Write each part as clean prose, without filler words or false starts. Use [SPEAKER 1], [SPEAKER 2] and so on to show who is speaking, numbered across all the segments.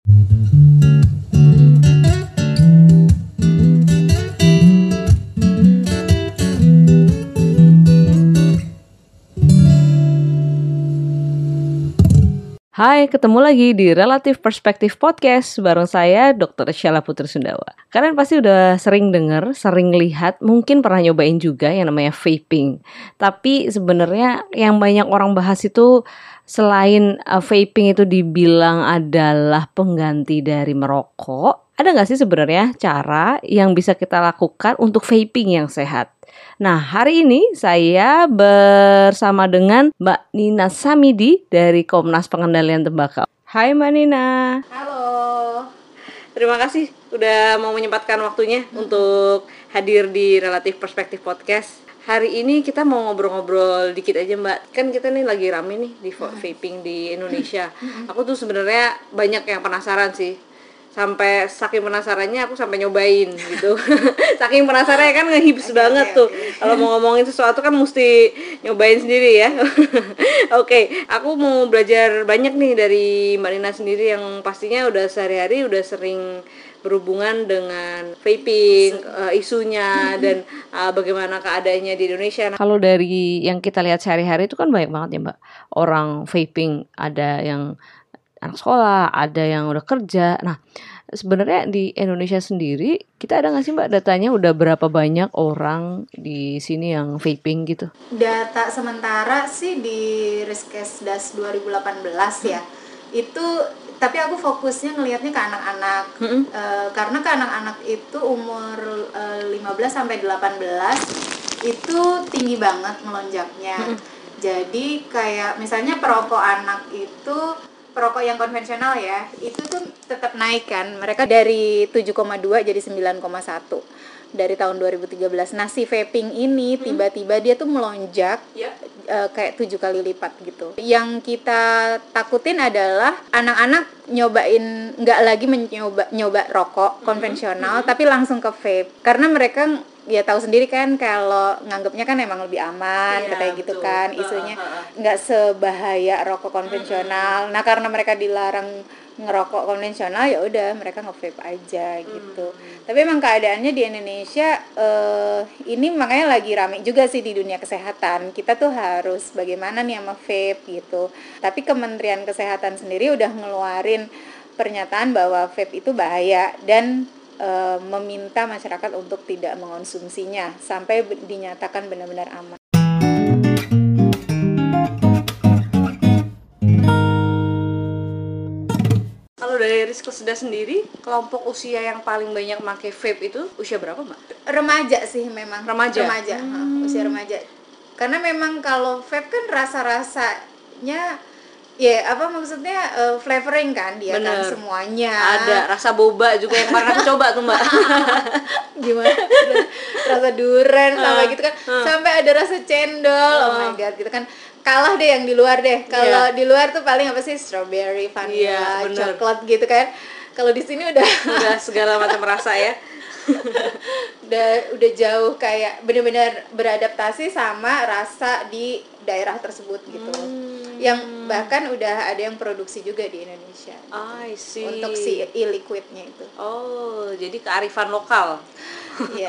[SPEAKER 1] Hai, ketemu lagi di Relative Perspective Podcast bareng saya Dr. Sheila Putri Sundawa. Kalian pasti udah sering dengar, sering lihat, mungkin pernah nyobain juga yang namanya vaping. Tapi sebenarnya yang banyak orang bahas itu selain vaping itu dibilang adalah pengganti dari merokok, ada nggak sih sebenarnya cara yang bisa kita lakukan untuk vaping yang sehat? Nah, hari ini saya bersama dengan Mbak Nina Samidi dari Komnas Pengendalian Tembakau. Hai Mbak Nina.
[SPEAKER 2] Halo.
[SPEAKER 1] Terima kasih udah mau menyempatkan waktunya untuk hadir di Relative Perspective Podcast. Hari ini kita mau ngobrol-ngobrol dikit aja Mbak. Kan kita nih lagi rame nih di vaping di Indonesia. Aku tuh sebenarnya banyak yang penasaran sih. Sampai saking penasarannya aku sampai nyobain gitu. Saking penasarannya kan ngehips banget tuh. Kalau mau ngomongin sesuatu kan mesti nyobain sendiri ya. Oke, aku mau belajar banyak nih dari Mbak Nina sendiri yang pastinya udah sehari-hari udah sering berhubungan dengan vaping, isunya dan bagaimana keadaannya di Indonesia. Nah, kalau dari yang kita lihat sehari-hari itu kan banyak banget ya Mbak. Orang vaping, ada yang anak sekolah, ada yang udah kerja. Nah, sebenarnya di Indonesia sendiri, kita ada nggak sih Mbak datanya udah berapa banyak orang di sini yang vaping gitu?
[SPEAKER 2] Data sementara sih di Riskesdas 2018 ya. Itu tapi aku fokusnya ngelihatnya ke anak-anak. Karena ke anak-anak itu umur 15 sampai 18 itu tinggi banget melonjaknya. Jadi kayak misalnya perokok anak itu perokok yang konvensional ya, itu tuh tetap naik kan. Mereka dari 7,2 jadi 9,1 dari tahun 2013. Nah, si vaping ini tiba-tiba dia tuh melonjak kayak 7 kali lipat gitu. Yang kita takutin adalah anak-anak nyobain, nggak lagi nyoba rokok konvensional, tapi langsung ke vape. Karena mereka ya tahu sendiri kan kalau nganggapnya kan emang lebih aman, katanya gitu kan, isunya nggak sebahaya rokok konvensional. Nah, karena mereka dilarang ngerokok konvensional, ya udah mereka nge-vape aja gitu. Tapi emang keadaannya di Indonesia ini makanya lagi rame juga sih di dunia kesehatan. Kita tuh harus bagaimana nih sama vape gitu. Tapi Kementerian Kesehatan sendiri udah ngeluarin pernyataan bahwa vape itu bahaya dan meminta masyarakat untuk tidak mengonsumsinya sampai dinyatakan benar-benar aman.
[SPEAKER 1] Kalau dari Riskesdas sendiri, kelompok usia yang paling banyak pakai vape itu usia berapa Mbak?
[SPEAKER 2] Remaja sih memang.
[SPEAKER 1] Remaja?
[SPEAKER 2] Usia remaja. Karena memang kalau vape kan rasa-rasanya ya apa maksudnya flavoring kan dia. Bener. Kan semuanya
[SPEAKER 1] ada rasa boba juga yang pernah aku coba tuh Mbak.
[SPEAKER 2] Gimana rasa durian sampai gitu kan, sampai ada rasa cendol. Oh my god gitu kan, kalah deh yang di luar deh. Kalau di luar tuh paling apa sih, strawberry, vanilla, coklat gitu kan. Kalau di sini udah
[SPEAKER 1] segala macam rasa ya.
[SPEAKER 2] udah jauh, kayak benar-benar beradaptasi sama rasa di daerah tersebut gitu. Yang bahkan udah ada yang produksi juga di Indonesia gitu.
[SPEAKER 1] I see.
[SPEAKER 2] Untuk si e-liquidnya itu.
[SPEAKER 1] Oh, jadi kearifan lokal.
[SPEAKER 2] Iya.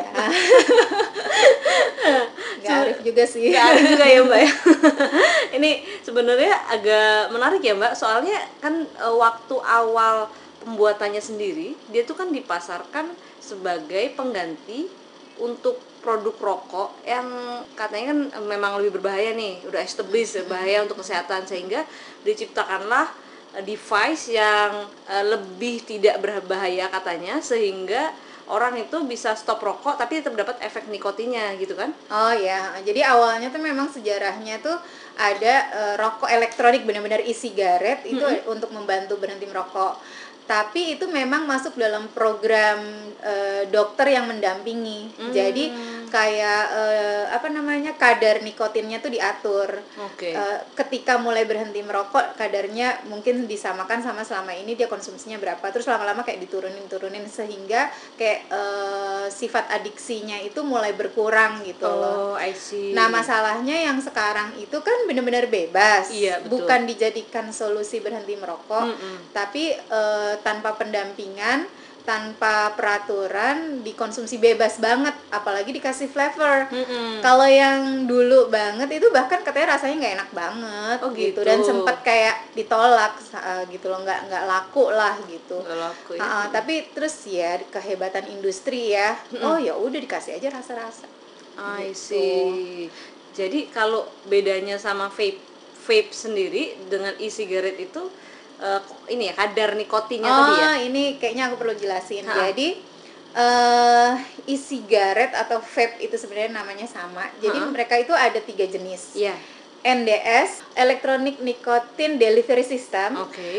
[SPEAKER 2] Gak arif juga sih.
[SPEAKER 1] Gak arif juga ya Mbak ya. Ini sebenarnya agak menarik ya Mbak, soalnya kan waktu awal pembuatannya sendiri, dia tuh kan dipasarkan sebagai pengganti untuk produk rokok yang katanya kan memang lebih berbahaya nih, udah established bahaya untuk kesehatan, sehingga diciptakanlah device yang lebih tidak berbahaya katanya, sehingga orang itu bisa stop rokok tapi tetap dapat efek nikotinnya gitu kan?
[SPEAKER 2] Oh ya, jadi awalnya tuh memang sejarahnya tuh ada rokok elektronik benar-benar e-sigaret itu untuk membantu berhenti merokok. Tapi itu memang masuk dalam program dokter yang mendampingi. Jadi kayak apa namanya, kadar nikotinnya tuh diatur. Ketika mulai berhenti merokok, kadarnya mungkin disamakan sama selama ini dia konsumsinya berapa, terus lama-lama kayak diturunin sehingga kayak sifat adiksinya itu mulai berkurang gitu loh.
[SPEAKER 1] I see.
[SPEAKER 2] Nah, masalahnya yang sekarang itu kan benar-benar bebas, bukan dijadikan solusi berhenti merokok, tapi tanpa pendampingan, tanpa peraturan, dikonsumsi bebas banget, apalagi dikasih flavor. Kalau yang dulu banget itu bahkan katanya rasanya nggak enak banget, gitu, dan sempet kayak ditolak gitu loh, nggak laku lah gitu. Tapi terus ya kehebatan industri ya, oh ya udah dikasih aja rasa-rasa.
[SPEAKER 1] I see. Jadi kalau bedanya sama vape sendiri dengan e-cigarette itu ini ya, kadar nikotinnya tadi ya?
[SPEAKER 2] Ini kayaknya aku perlu jelasin. Jadi e-cigarette atau vape itu sebenarnya namanya sama. Jadi mereka itu ada 3 jenis. NDS, Electronic Nicotine Delivery System.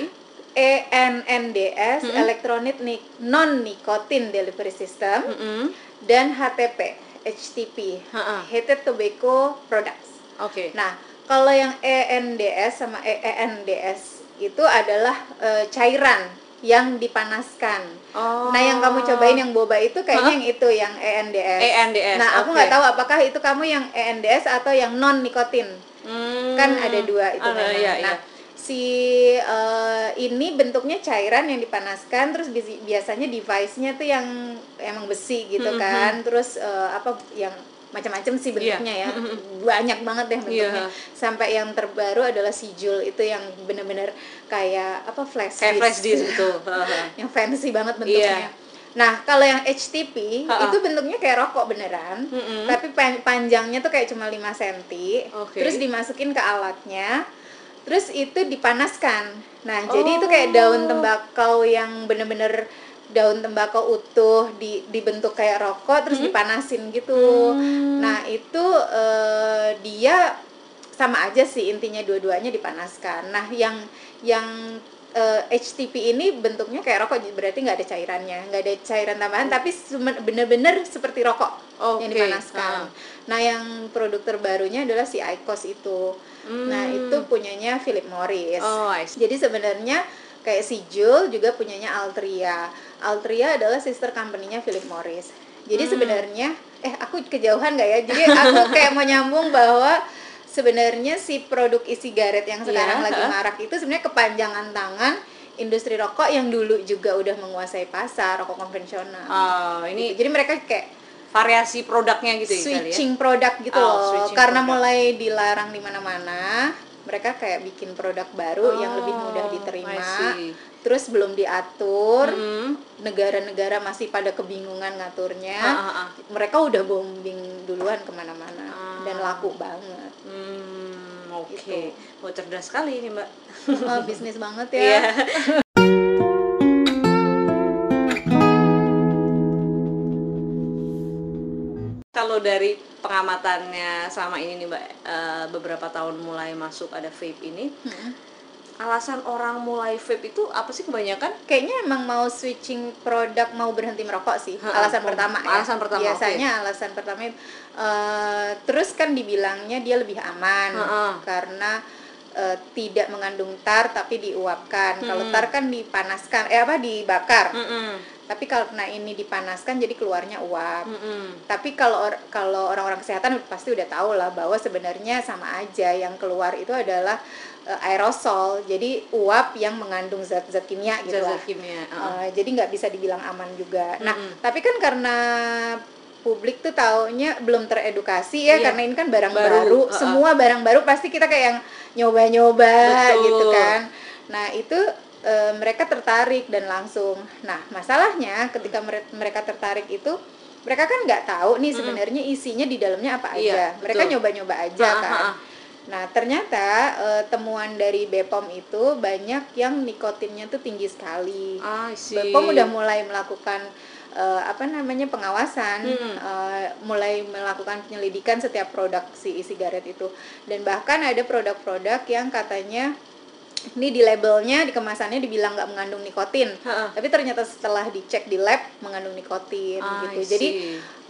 [SPEAKER 2] ENNDS, Electronic Non-Nicotine Delivery System. Dan HTP, HTP, Heated Tobacco Products. Nah, kalau yang ENDS sama ENDS itu adalah cairan yang dipanaskan. Nah, yang kamu cobain yang boba itu kayaknya yang itu, yang ENDS. Nah, aku nggak tahu apakah itu kamu yang ENDS atau yang non nikotin. Kan ada 2 itu memang. Nah, si ini bentuknya cairan yang dipanaskan, terus biasanya device-nya tuh yang emang besi gitu kan. Terus apa yang macam-macam sih bentuknya ya, banyak banget deh bentuknya. Sampai yang terbaru adalah Sijul, itu yang benar-benar kayak apa, flash
[SPEAKER 1] disk itu
[SPEAKER 2] yang fancy banget bentuknya. Nah, kalau yang HTP itu bentuknya kayak rokok beneran, tapi panjangnya tuh kayak cuma 5 cm. Terus dimasukin ke alatnya, terus itu dipanaskan. Nah, jadi itu kayak daun tembakau yang bener-bener daun tembakau utuh dibentuk kayak rokok, terus dipanasin gitu. Nah, itu dia sama aja sih intinya, dua-duanya dipanaskan. Nah, yang HTP ini bentuknya kayak rokok, berarti nggak ada cairannya, nggak ada cairan tambahan, tapi bener-bener seperti rokok yang dipanaskan. Nah, yang produk terbarunya adalah si IQOS itu. Nah, itu punyanya Philip Morris. Jadi sebenarnya kayak si Juul juga punyanya Altria. Altria adalah sister company-nya Philip Morris. Jadi sebenarnya aku kejauhan nggak ya? Jadi aku kayak mau nyambung bahwa sebenarnya si produk e-cigarette yang sekarang lagi marak itu sebenarnya kepanjangan tangan industri rokok yang dulu juga udah menguasai pasar rokok konvensional.
[SPEAKER 1] Ini
[SPEAKER 2] gitu. Jadi mereka kayak
[SPEAKER 1] variasi produknya gitu ya,
[SPEAKER 2] switching produk gitu loh. Karena mulai dilarang di mana-mana, mereka kayak bikin produk baru yang lebih mudah diterima. Terus belum diatur, negara-negara masih pada kebingungan ngaturnya. Mereka udah booming duluan kemana-mana dan laku banget.
[SPEAKER 1] Gitu. Cerdas sekali ini Mbak.
[SPEAKER 2] Bisnis banget ya.
[SPEAKER 1] Kalau dari pengamatannya selama ini nih Mbak, beberapa tahun mulai masuk ada vape ini, alasan orang mulai vape itu apa sih kebanyakan?
[SPEAKER 2] Kayaknya emang mau switching produk, mau berhenti merokok sih. Alasan pertama ya. Biasanya alasan pertama terus kan dibilangnya dia lebih aman karena tidak mengandung tar tapi diuapkan. Kalau tar kan dipanaskan, dibakar. Tapi karena ini dipanaskan jadi keluarnya uap. Tapi kalau orang-orang kesehatan pasti udah tahu lah bahwa sebenarnya sama aja, yang keluar itu adalah aerosol, jadi uap yang mengandung zat-zat kimia gitu lah. Jadi nggak bisa dibilang aman juga. Nah, tapi kan karena publik tuh taunya belum teredukasi ya, karena ini kan barang baru. Semua barang baru pasti kita kayak yang nyoba-nyoba gitu kan. Nah, itu mereka tertarik dan langsung. Nah, masalahnya ketika mereka tertarik itu, mereka kan nggak tahu nih sebenarnya isinya di dalamnya apa aja. Mereka nyoba-nyoba aja kan. Nah, ternyata temuan dari BPOM itu banyak yang nikotinnya tuh tinggi sekali. BPOM udah mulai melakukan pengawasan, mulai melakukan penyelidikan setiap produk si e-cigarette itu. Dan bahkan ada produk-produk yang katanya ini di labelnya, di kemasannya dibilang nggak mengandung nikotin, tapi ternyata setelah dicek di lab mengandung nikotin gitu. Jadi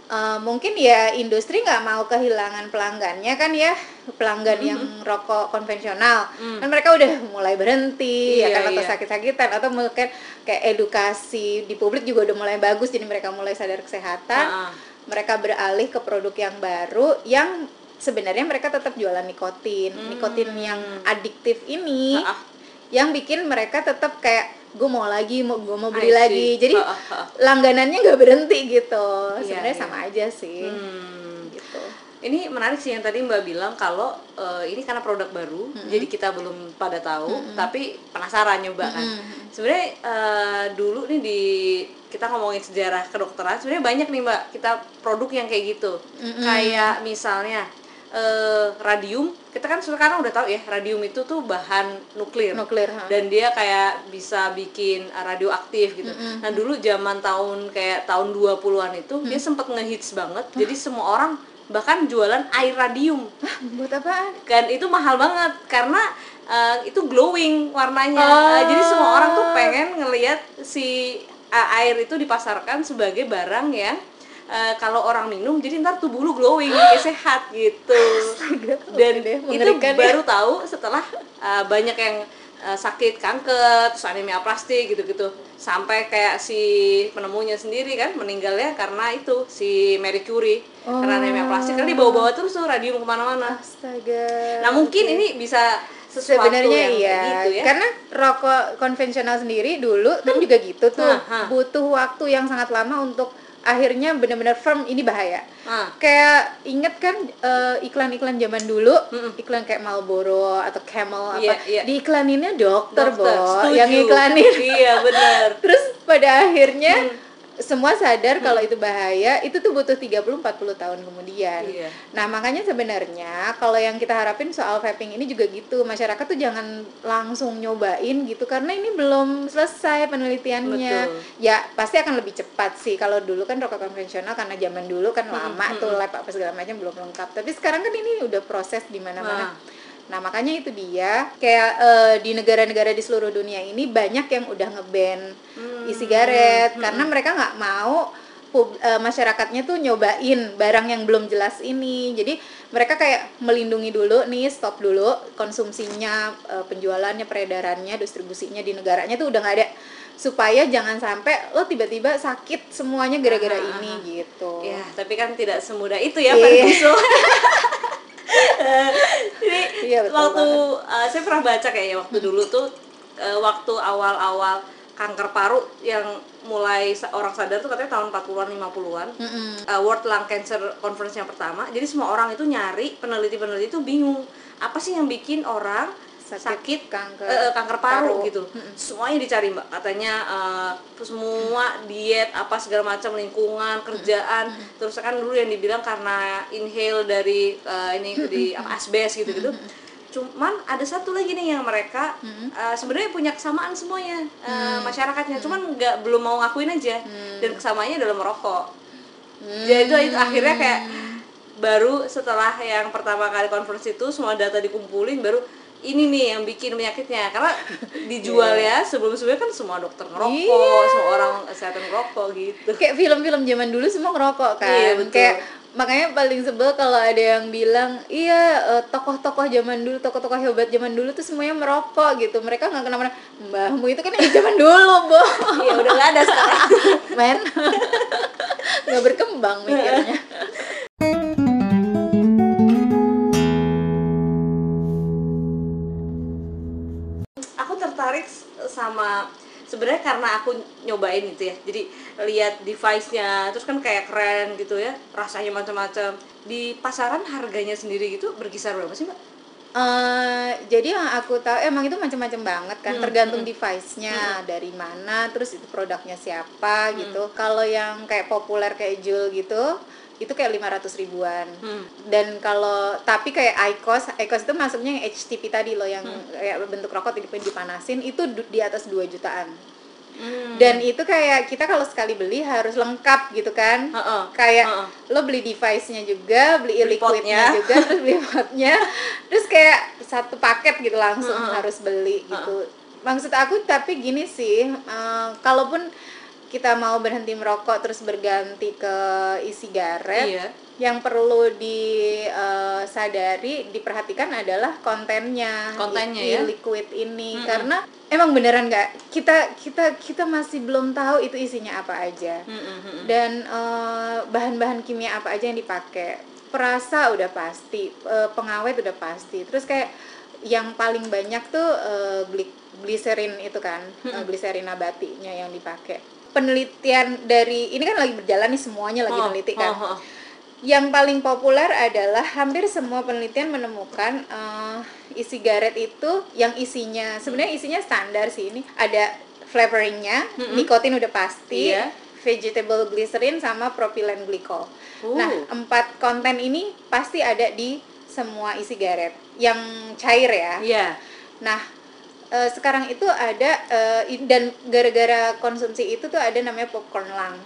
[SPEAKER 2] Mungkin ya industri nggak mau kehilangan pelanggannya kan ya, pelanggan yang rokok konvensional kan mereka udah mulai berhenti ya kan, atau sakit-sakitan, atau mungkin kayak edukasi di publik juga udah mulai bagus, jadi mereka mulai sadar kesehatan, mereka beralih ke produk yang baru yang sebenarnya mereka tetap jualan nikotin yang adiktif ini, yang bikin mereka tetap kayak gue mau beli lagi, jadi langganannya nggak berhenti gitu. Sebenarnya sama aja sih. Gitu.
[SPEAKER 1] Ini menarik sih yang tadi Mbak bilang kalau ini karena produk baru, jadi kita belum pada tahu, tapi penasaran nyoba kan. Sebenarnya dulu nih kita ngomongin sejarah kedokteran, sebenarnya banyak nih Mbak kita produk yang kayak gitu, kayak misalnya radium. Kita kan sekarang udah tahu ya, radium itu tuh bahan nuklir dan dia kayak bisa bikin radioaktif gitu. Nah dulu zaman tahun 20-an itu dia sempat ngehits banget, jadi semua orang bahkan jualan air radium.
[SPEAKER 2] Buat apaan?
[SPEAKER 1] Kan itu mahal banget karena itu glowing warnanya. Jadi semua orang tuh pengen ngelihat si air itu dipasarkan sebagai barang yang kalau orang minum jadi ntar tubuh lu glowing, kayak sehat gitu. Dan itu baru tahu setelah banyak yang sakit kanker, terus anemia plastik gitu-gitu, sampai kayak si penemunya sendiri kan meninggalnya karena itu si Marie Curie, karena anemia plastik, karena dibawa-bawa terus tuh radium kemana-mana.
[SPEAKER 2] Astaga.
[SPEAKER 1] Nah mungkin ini bisa sesuatu
[SPEAKER 2] sebenarnya
[SPEAKER 1] yang gitu ya,
[SPEAKER 2] karena rokok konvensional sendiri dulu kan juga gitu tuh, butuh waktu yang sangat lama untuk akhirnya benar-benar firm ini bahaya. Kayak inget kan iklan-iklan zaman dulu, iklan kayak Marlboro atau Camel diiklaninnya dokter Bo, yang iklanin.
[SPEAKER 1] Iya benar.
[SPEAKER 2] Terus pada akhirnya semua sadar kalau itu bahaya, itu tuh butuh 30-40 tahun kemudian. Nah makanya sebenarnya kalau yang kita harapin soal vaping ini juga gitu, masyarakat tuh jangan langsung nyobain gitu, karena ini belum selesai penelitiannya. Ya pasti akan lebih cepat sih. Kalau dulu kan rokok konvensional karena zaman dulu kan lama tuh lab apa segala macam belum lengkap, tapi sekarang kan ini udah proses di mana-mana. Nah makanya itu dia kayak di negara-negara di seluruh dunia ini banyak yang udah nge-ban e-sigaret karena mereka nggak mau masyarakatnya tuh nyobain barang yang belum jelas ini. Jadi mereka kayak melindungi dulu nih, stop dulu konsumsinya, penjualannya, peredarannya, distribusinya di negaranya tuh udah nggak ada, supaya jangan sampai lo tiba-tiba sakit semuanya gara-gara ini gitu.
[SPEAKER 1] Ya tapi kan tidak semudah itu ya Pak Bisul. Jadi waktu saya pernah baca kayaknya waktu dulu tuh waktu awal-awal kanker paru yang mulai orang sadar tuh katanya tahun 40-an 50-an. World Lung Cancer Conference yang pertama. Jadi semua orang itu nyari, peneliti-peneliti itu bingung apa sih yang bikin orang sakit kanker paru gitu. Semuanya dicari Mbak, katanya semua diet apa segala macam, lingkungan, kerjaan, terus kan dulu yang dibilang karena inhale dari asbes gitu-gitu. Cuman ada satu lagi nih yang mereka sebenarnya punya kesamaan semuanya, masyarakatnya, cuman belum mau ngakuin aja, dan kesamaannya dalam merokok. Jadi itu akhirnya kayak baru setelah yang pertama kali konferensi itu semua data dikumpulin, baru ini nih yang bikin penyakitnya, karena dijual ya sebelum-sebelumnya kan semua dokter ngerokok, semua orang kesehatan ngerokok gitu.
[SPEAKER 2] Kayak film-film zaman dulu semua ngerokok kan. Kayak makanya paling sebel kalau ada yang bilang tokoh-tokoh zaman dulu, tokoh-tokoh hebat zaman dulu tuh semuanya merokok gitu. Mereka nggak kenapa-napa. Mbahmu itu kan yang zaman dulu, Bo.
[SPEAKER 1] Iya udah nggak ada sekarang.
[SPEAKER 2] Men, nggak berkembang mikirnya.
[SPEAKER 1] Tertarik sama sebenarnya karena aku nyobain itu ya, jadi lihat device-nya terus kan kayak keren gitu ya, rasanya macam-macam. Di pasaran harganya sendiri gitu berkisar berapa sih Mbak?
[SPEAKER 2] Jadi yang aku tahu emang itu macam-macam banget kan, tergantung device-nya dari mana, terus itu produknya siapa gitu. Kalau yang kayak populer kayak Juul gitu itu kayak 500 ribuan. Dan kalau tapi kayak IQOS itu masuknya yang HTP tadi loh, yang kayak bentuk rokok dipanasin, itu di atas 2 jutaan. Dan itu kayak kita kalau sekali beli harus lengkap gitu kan. Kayak lo beli device-nya juga, beli liquidnya juga, terus beli potnya, terus kayak satu paket gitu langsung harus beli gitu. Maksud aku tapi gini sih, kalaupun kita mau berhenti merokok terus berganti ke e-sigaret,
[SPEAKER 1] Iya.
[SPEAKER 2] yang perlu disadari, diperhatikan adalah kontennya
[SPEAKER 1] ya.
[SPEAKER 2] liquid ini. Karena emang beneran nggak, kita masih belum tahu itu isinya apa aja. Dan bahan-bahan kimia apa aja yang dipakai. Perasa udah pasti, pengawet udah pasti. Terus kayak yang paling banyak tuh gliserin itu kan, gliserin nabatinya yang dipakai. Penelitian dari ini kan lagi berjalan nih, semuanya lagi meneliti kan. Yang paling populer adalah hampir semua penelitian menemukan e-sigaret itu yang isinya sebenarnya isinya standar sih, ini ada flavoringnya, nikotin udah pasti, vegetable glycerin sama propylene glycol. Nah, 4 konten ini pasti ada di semua e-sigaret yang cair ya. Nah, sekarang itu ada dan gara-gara konsumsi itu tuh ada namanya popcorn lung.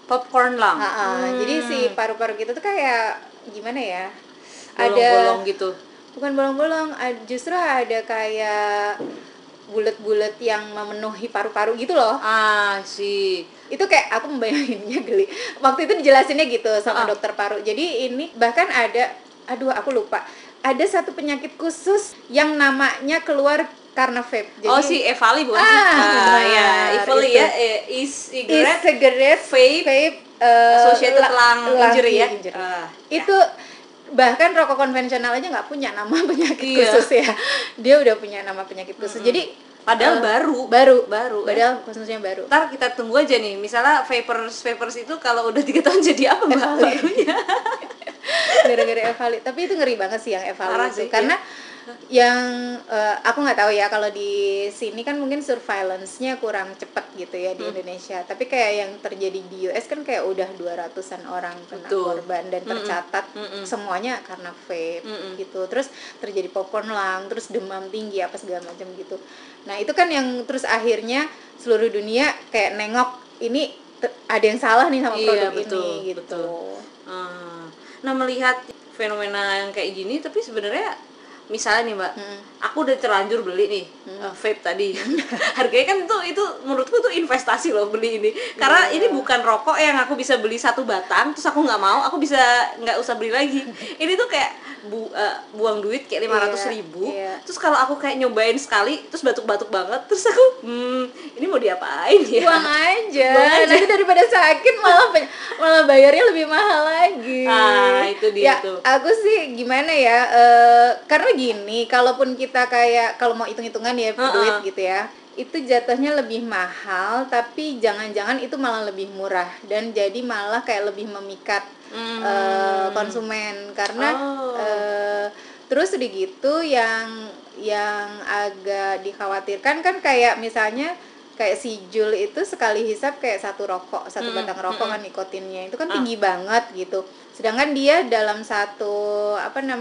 [SPEAKER 2] Jadi si paru-paru kita tuh kayak gimana ya?
[SPEAKER 1] Bolong-bolong gitu.
[SPEAKER 2] Bukan bolong-bolong, justru ada kayak bulat-bulat yang memenuhi paru-paru gitu loh.
[SPEAKER 1] Sih.
[SPEAKER 2] Itu kayak aku membayanginnya geli. Waktu itu dijelasinnya gitu sama dokter paru. Jadi ini bahkan ada, aku lupa. Ada satu penyakit khusus yang namanya keluar karena vape. Jadi,
[SPEAKER 1] si Evali bukan sih? Ya, Evali ya, e-cigarette, vape, associated lung injury ya.
[SPEAKER 2] Itu bahkan rokok konvensional aja nggak punya nama penyakit khusus ya. Dia udah punya nama penyakit khusus. Jadi
[SPEAKER 1] padahal baru.
[SPEAKER 2] Padahal khususnya baru.
[SPEAKER 1] Ntar kita tunggu aja nih. Misalnya vapers itu kalau udah 3 tahun jadi apa Mbak barunya?
[SPEAKER 2] Gara-gara Evali. Tapi itu ngeri banget sih yang Evali itu. Karena yang aku nggak tahu ya, kalau di sini kan mungkin surveillance-nya kurang cepat gitu ya di Indonesia. Tapi kayak yang terjadi di US kan kayak udah 200-an orang kena korban dan tercatat semuanya karena vape gitu. Terus terjadi popcorn lung, terus demam tinggi apa segala macam gitu. Nah, itu kan yang terus akhirnya seluruh dunia kayak nengok ini ada yang salah nih sama produk ini gitu.
[SPEAKER 1] Nah, melihat fenomena yang kayak gini, tapi sebenarnya misalnya nih Mbak, aku udah terlanjur beli nih vape tadi. Harganya kan itu menurutku tuh investasi loh beli ini. Karena ini bukan rokok yang aku bisa beli 1 batang terus aku nggak mau, aku bisa nggak usah beli lagi. Ini tuh kayak buang duit kayak 500.000. Terus kalau aku kayak nyobain sekali terus batuk-batuk banget, terus aku ini mau diapain ya?
[SPEAKER 2] Buang aja. Nanti daripada sakit malah bayarnya lebih mahal lagi.
[SPEAKER 1] Itu dia tuh.
[SPEAKER 2] Aku sih gimana ya, karena gini, kalaupun kita kayak kalau mau hitung-hitungan ya duit gitu ya, itu jatuhnya lebih mahal, tapi jangan-jangan itu malah lebih murah dan jadi malah kayak lebih memikat konsumen. Karena terus udah gitu yang agak dikhawatirkan kan kayak misalnya kayak si Jul itu sekali hisap kayak satu batang rokok kan nikotinnya itu kan tinggi banget gitu. Sedangkan dia dalam satu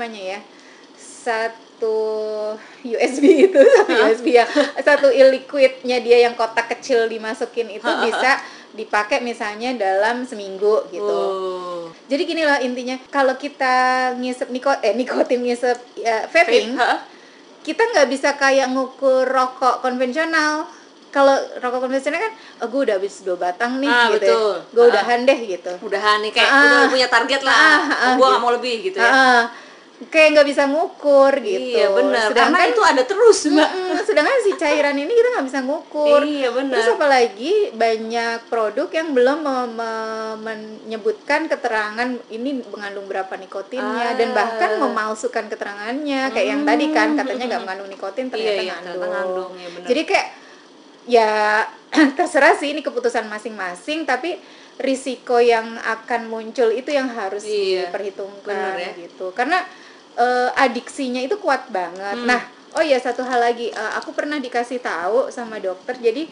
[SPEAKER 2] USB itu satu e-liquidnya dia yang kotak kecil dimasukin itu bisa dipakai misalnya dalam seminggu gitu. Jadi gini loh intinya, kalau kita ngisep nikotin ngisep vaping, kita nggak bisa kayak ngukur rokok konvensional. Kalau rokok konvensional kan, gue udah habis 2 batang nih gitu.
[SPEAKER 1] Betul.
[SPEAKER 2] Gue udahan deh gitu.
[SPEAKER 1] Udahan nih kayak udah punya target lah. Gue nggak mau lebih gitu ya.
[SPEAKER 2] Kayak nggak bisa ngukur gitu.
[SPEAKER 1] Iya benar. Karena itu ada terus Mbak.
[SPEAKER 2] Sedangkan si cairan ini kita nggak bisa ngukur.
[SPEAKER 1] Iya benar.
[SPEAKER 2] Terus apalagi banyak produk yang belum menyebutkan keterangan ini mengandung berapa nikotinnya dan bahkan memalsukan keterangannya. Kayak yang tadi kan katanya nggak mengandung nikotin ternyata ngandung.
[SPEAKER 1] Ya, benar.
[SPEAKER 2] Jadi kayak ya terserah sih, ini keputusan masing-masing, tapi risiko yang akan muncul itu yang harus diperhitungkan gitu. Karena adiksinya itu kuat banget. Nah, satu hal lagi, aku pernah dikasih tahu sama dokter. Jadi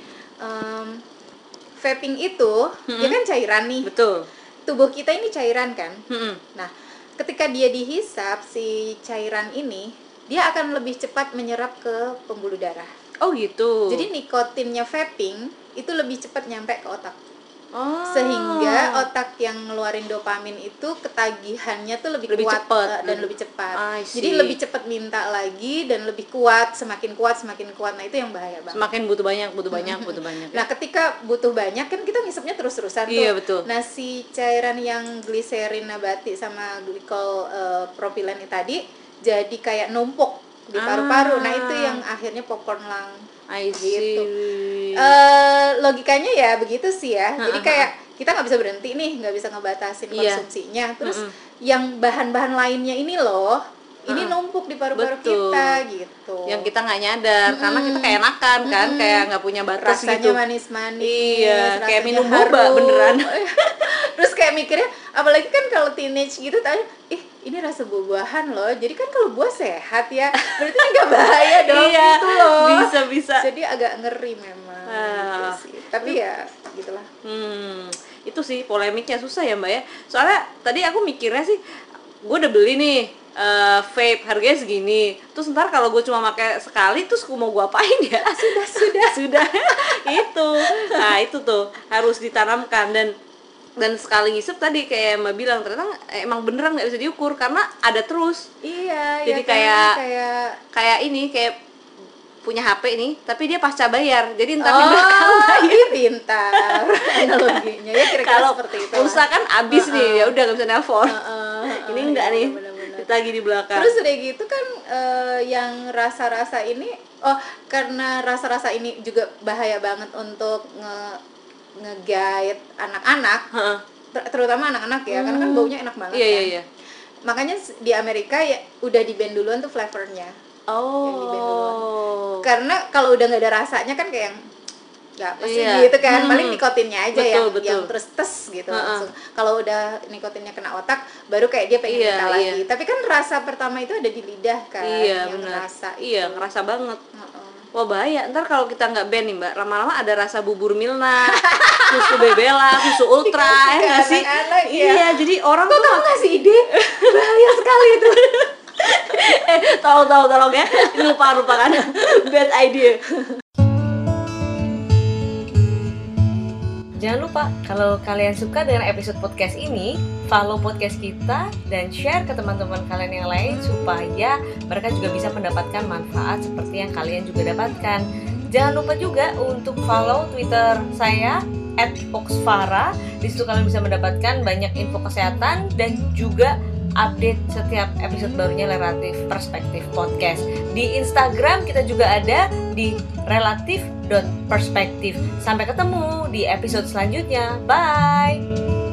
[SPEAKER 2] vaping itu dia kan cairan nih.
[SPEAKER 1] Betul.
[SPEAKER 2] Tubuh kita ini cairan kan. Nah, ketika dia dihisap si cairan ini, dia akan lebih cepat menyerap ke pembuluh darah.
[SPEAKER 1] Oh gitu.
[SPEAKER 2] Jadi nikotinnya vaping itu lebih cepat nyampe ke otak. Sehingga otak yang ngeluarin dopamin itu ketagihannya tuh lebih kuat
[SPEAKER 1] cepet,
[SPEAKER 2] dan lebih cepat.
[SPEAKER 1] I see.
[SPEAKER 2] Jadi lebih cepat minta lagi dan lebih kuat, semakin kuat. Nah itu yang bahaya banget.
[SPEAKER 1] Semakin butuh banyak.
[SPEAKER 2] Nah ketika butuh banyak kan kita ngisepnya terus-terusan tuh.
[SPEAKER 1] Iya, betul.
[SPEAKER 2] Nah si cairan yang gliserin nabati sama glikol propilen tadi jadi kayak numpuk di paru-paru. Nah itu yang akhirnya popcorn lung.
[SPEAKER 1] I see.
[SPEAKER 2] Gitu. Logikanya ya begitu sih ya. Jadi kayak kita nggak bisa berhenti nih, nggak bisa ngebatasin konsumsinya. Terus yang bahan-bahan lainnya ini loh, ini numpuk di paru-paru kita gitu.
[SPEAKER 1] Yang kita nggak nyadar karena kita kayak enakan kan, kayak nggak punya batas
[SPEAKER 2] rasanya
[SPEAKER 1] gitu.
[SPEAKER 2] Manis-manis.
[SPEAKER 1] Iya, kayak minum
[SPEAKER 2] harum.
[SPEAKER 1] boba beneran.
[SPEAKER 2] Terus kayak mikirnya, apalagi kan kalau teenage gitu tanya, ini rasa buah-buahan loh. Jadi kan kalau buah sehat ya, berarti nggak bahaya dong.
[SPEAKER 1] Iya,
[SPEAKER 2] gitu loh.
[SPEAKER 1] Bisa.
[SPEAKER 2] Jadi agak ngeri memang. Gitu sih. Tapi ya gitulah.
[SPEAKER 1] Itu sih polemiknya, susah ya Mbak ya. Soalnya tadi aku mikirnya sih, gue udah beli nih vape harganya segini. Terus ntar kalau gue cuma pakai sekali, terus gue mau gue apain ya? Sudah. Itu. Nah itu tuh harus ditanamkan dan sekali ngisep tadi kayak Mbak bilang ternyata emang beneran nggak bisa diukur karena ada terus.
[SPEAKER 2] Iya.
[SPEAKER 1] Jadi
[SPEAKER 2] ya,
[SPEAKER 1] kayak punya HP nih, tapi dia pasca bayar. Jadi ntar di belakang bayar.
[SPEAKER 2] Pintar analoginya ya kira-kira seperti itu.
[SPEAKER 1] Pulsa kan habis nih, ya udah nggak bisa nelpon. Ini enggak nih.
[SPEAKER 2] Bener-bener.
[SPEAKER 1] Kita lagi di belakang.
[SPEAKER 2] Terus udah gitu kan yang rasa-rasa ini, karena rasa-rasa ini juga bahaya banget untuk nge-guide anak-anak, terutama anak-anak ya, karena kan baunya enak banget.
[SPEAKER 1] Iya.
[SPEAKER 2] Makanya di Amerika ya udah di-ban duluan tuh flavornya. Yang di-ban duluan. Karena kalau udah nggak ada rasanya kan kayak nggak apa sih gitu kan, paling nikotinnya aja
[SPEAKER 1] betul.
[SPEAKER 2] yang terus tes gitu langsung. Kalau udah nikotinnya kena otak, baru kayak dia pengen minta lagi. Tapi kan rasa pertama itu ada di lidah kan, yang
[SPEAKER 1] bener.
[SPEAKER 2] rasa itu.
[SPEAKER 1] Iya, ngerasa banget. Wah bahaya, ntar kalau kita nggak ban nih Mbak, lama-lama ada rasa bubur Milna, susu Bebela, susu Ultra, nggak sih? Iya, jadi orang tuh
[SPEAKER 2] ngasih ide, bahaya sekali itu.
[SPEAKER 1] Tolong ya, lupakan bad idea. Jangan lupa, kalau kalian suka dengan episode podcast ini, follow podcast kita dan share ke teman-teman kalian yang lain supaya mereka juga bisa mendapatkan manfaat seperti yang kalian juga dapatkan. Jangan lupa juga untuk follow Twitter saya @oxfara. Di situ kalian bisa mendapatkan banyak info kesehatan dan juga update setiap episode barunya Relatif Perspektif Podcast. Di Instagram kita juga ada di relatif.perspektif. Sampai ketemu di episode selanjutnya. Bye.